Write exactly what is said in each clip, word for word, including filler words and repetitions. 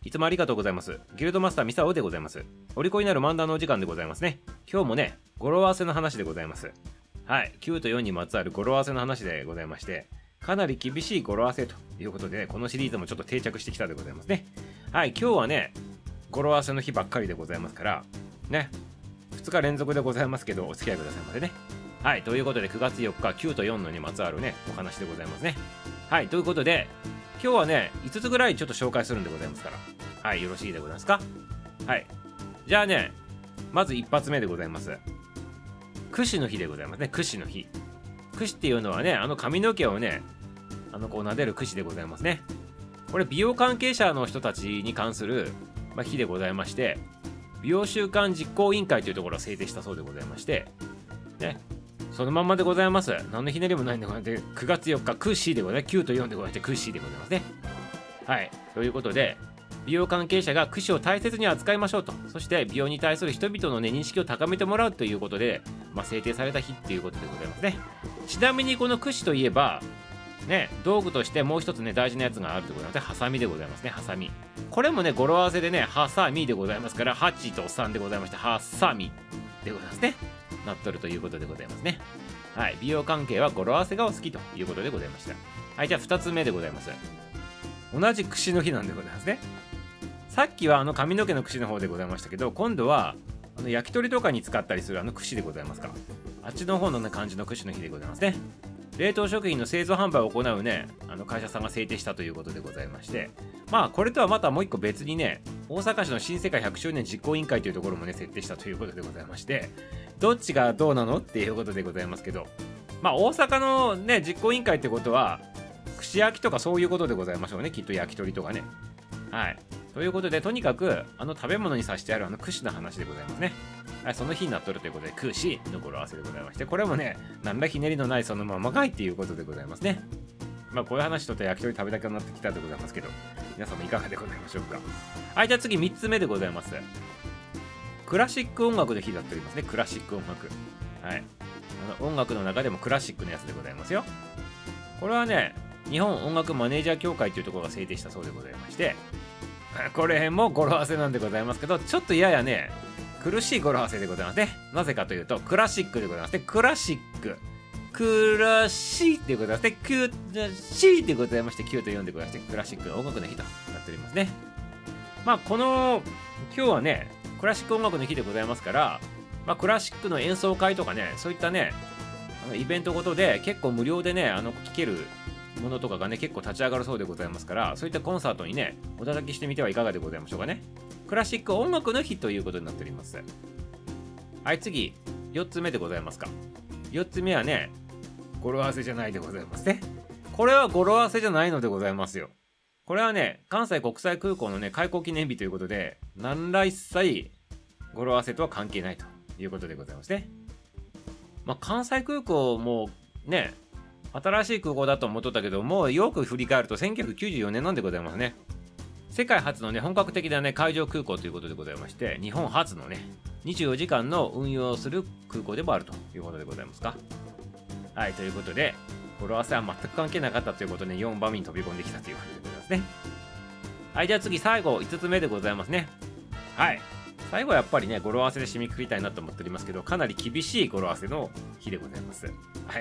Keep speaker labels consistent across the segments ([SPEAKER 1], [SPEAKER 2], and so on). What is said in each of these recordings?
[SPEAKER 1] いつもありがとうございます。ギルドマスターミサオでございます。お利口になる漫談のお時間でございますね。今日もね、語呂合わせの話でございます。はい、きゅうとよんにまつわる語呂合わせの話でございまして、かなり厳しい語呂合わせということで、ね、このシリーズもちょっと定着してきたでございますね。はい、今日はね、語呂合わせの日ばっかりでございますから、ね、ふつか連続でございますけど、お付き合いくださいませね。はい、ということでくがつよっか、きゅうとよんのにまつわるね、お話でございますね。はい、ということで、今日はね、いつつぐらいちょっと紹介するんでございますから、はい、よろしいでございますか。はい、じゃあね、まず一発目でございます。櫛の日でございますね。櫛の日。櫛っていうのはね、あの髪の毛をね、あのこう撫でる櫛でございますね。これ美容関係者の人たちに関する、まあ、日でございまして、美容習慣実行委員会というところを制定したそうでございまして、ね、そのまんまでございます。何のひねりもないんでございます。くがつよっか、櫛でございます。きゅうとよんでございまして、櫛でございますね。はい、ということで、美容関係者が櫛を大切に扱いましょうと、そして美容に対する人々の、ね、認識を高めてもらうということで、まあ、制定された日っていうことでございますね。ちなみにこの櫛といえばね、道具としてもう一つね、大事なやつがあるでございますね。ハサミでございますね。ハサミ、これもね、語呂合わせでね、ハサミでございますから、はちとさんでございまして、ハサミでございますね。なっとるということでございますね。はい、美容関係は語呂合わせがお好きということでございました。はい、じゃあふたつめでございます。同じ櫛の日なんでございますね。さっきはあの髪の毛の櫛の方でございましたけど、今度はあの焼き鳥とかに使ったりするあの櫛でございますから、あっちの方の、ね、感じの櫛の日でございますね。冷凍食品の製造販売を行うね、あの会社さんが制定したということでございまして、まあこれとはまたもう一個別にね、大阪市の新世界ひゃくしゅうねん実行委員会というところもね、設定したということでございまして、どっちがどうなのっていうことでございますけど、まあ大阪のね、実行委員会ってことは串焼きとかそういうことでございましょうね。きっと焼き鳥とかね。はい、ということで、とにかくあの食べ物に刺してあるあの櫛の話でございますね。はい、その日になっとるということで、櫛の語呂合わせでございまして、これもね、何らひねりのないそのままかいっていうことでございますね。まあこういう話とって焼き鳥食べたくなってきたでございますけど、皆様いかがでございましょうか。はい、じゃあ次みっつめでございます。クラシック音楽の日だっておりますね。クラシック音楽、はい、あの音楽の中でもクラシックのやつでございますよ。これはね、日本音楽マネージャー協会というところが制定したそうでございまして、これも語呂合わせなんでございますけど、ちょっとややね、苦しい語呂合わせでございますね。なぜかというと、クラシックでございますね。クラシック、クラシーでございますね。クラシーでございまして、きゅうとよんでございまして、クラシックの音楽の日となっておりますね。まあこの今日はね、クラシック音楽の日でございますから、まあ、クラシックの演奏会とかね、そういったね、あのイベントごとで結構無料でね、あの聴けるものとかがね、結構立ち上がるそうでございますから、そういったコンサートにね、お叩きしてみてはいかがでございましょうかね。クラシック音楽の日ということになっております。はい、次よっつめでございますか。よっつめはね、語呂合わせじゃないでございますね。これは語呂合わせじゃないのでございますよ。これはね、関西国際空港のね、開港記念日ということで、何ら一切語呂合わせとは関係ないということでございますね。まあ、関西空港もね、新しい空港だと思っとったけど、もうよく振り返るとせんきゅうひゃくきゅうじゅうよねんなんでございますね。世界初のね、本格的なね、海上空港ということでございまして、日本初のね、にじゅうよじかんの運用する空港でもあるということでございますか。はい、ということで、語呂合わせは全く関係なかったということで、よんばんめに飛び込んできたということでございますね。はい、じゃあ次、最後、いつつめでございますね。はい。最後はやっぱりね、語呂合わせで締めくくりたいなと思っておりますけど、かなり厳しい語呂合わせの日でございます。はい。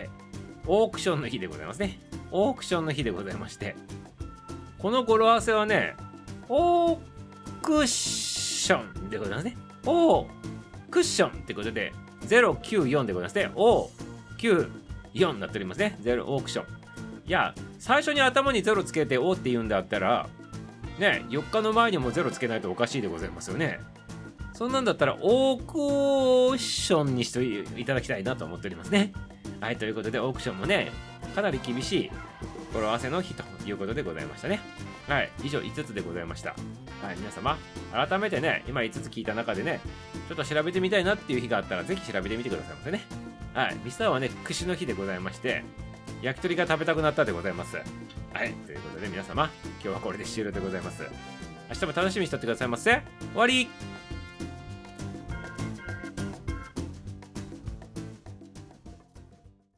[SPEAKER 1] オークションの日でございますね。オークションの日でございまして、この語呂合わせはね、オークションでございますね。オークッションってことで、ゼロきゅうよんでございますね。オーきゅうよんになっておりますね。ゼロオークション。いや、最初に頭にゼロつけてオーって言うんだったら、ね、よっかの前にもゼロつけないとおかしいでございますよね。そんなんだったらオークオーションにしていただきたいなと思っておりますね。はい、ということでオークションもね、かなり厳しい語呂合わせの日ということでございましたね。はい、以上いつつでございました。はい、皆様改めてね、今いつつ聞いた中でね、ちょっと調べてみたいなっていう日があったらぜひ調べてみてくださいませね。はい、ミスターはね、串の日でございまして、焼き鳥が食べたくなったでございます。はい、ということで皆様、今日はこれで終了でございます。明日も楽しみにしておってくださいませ。終わり。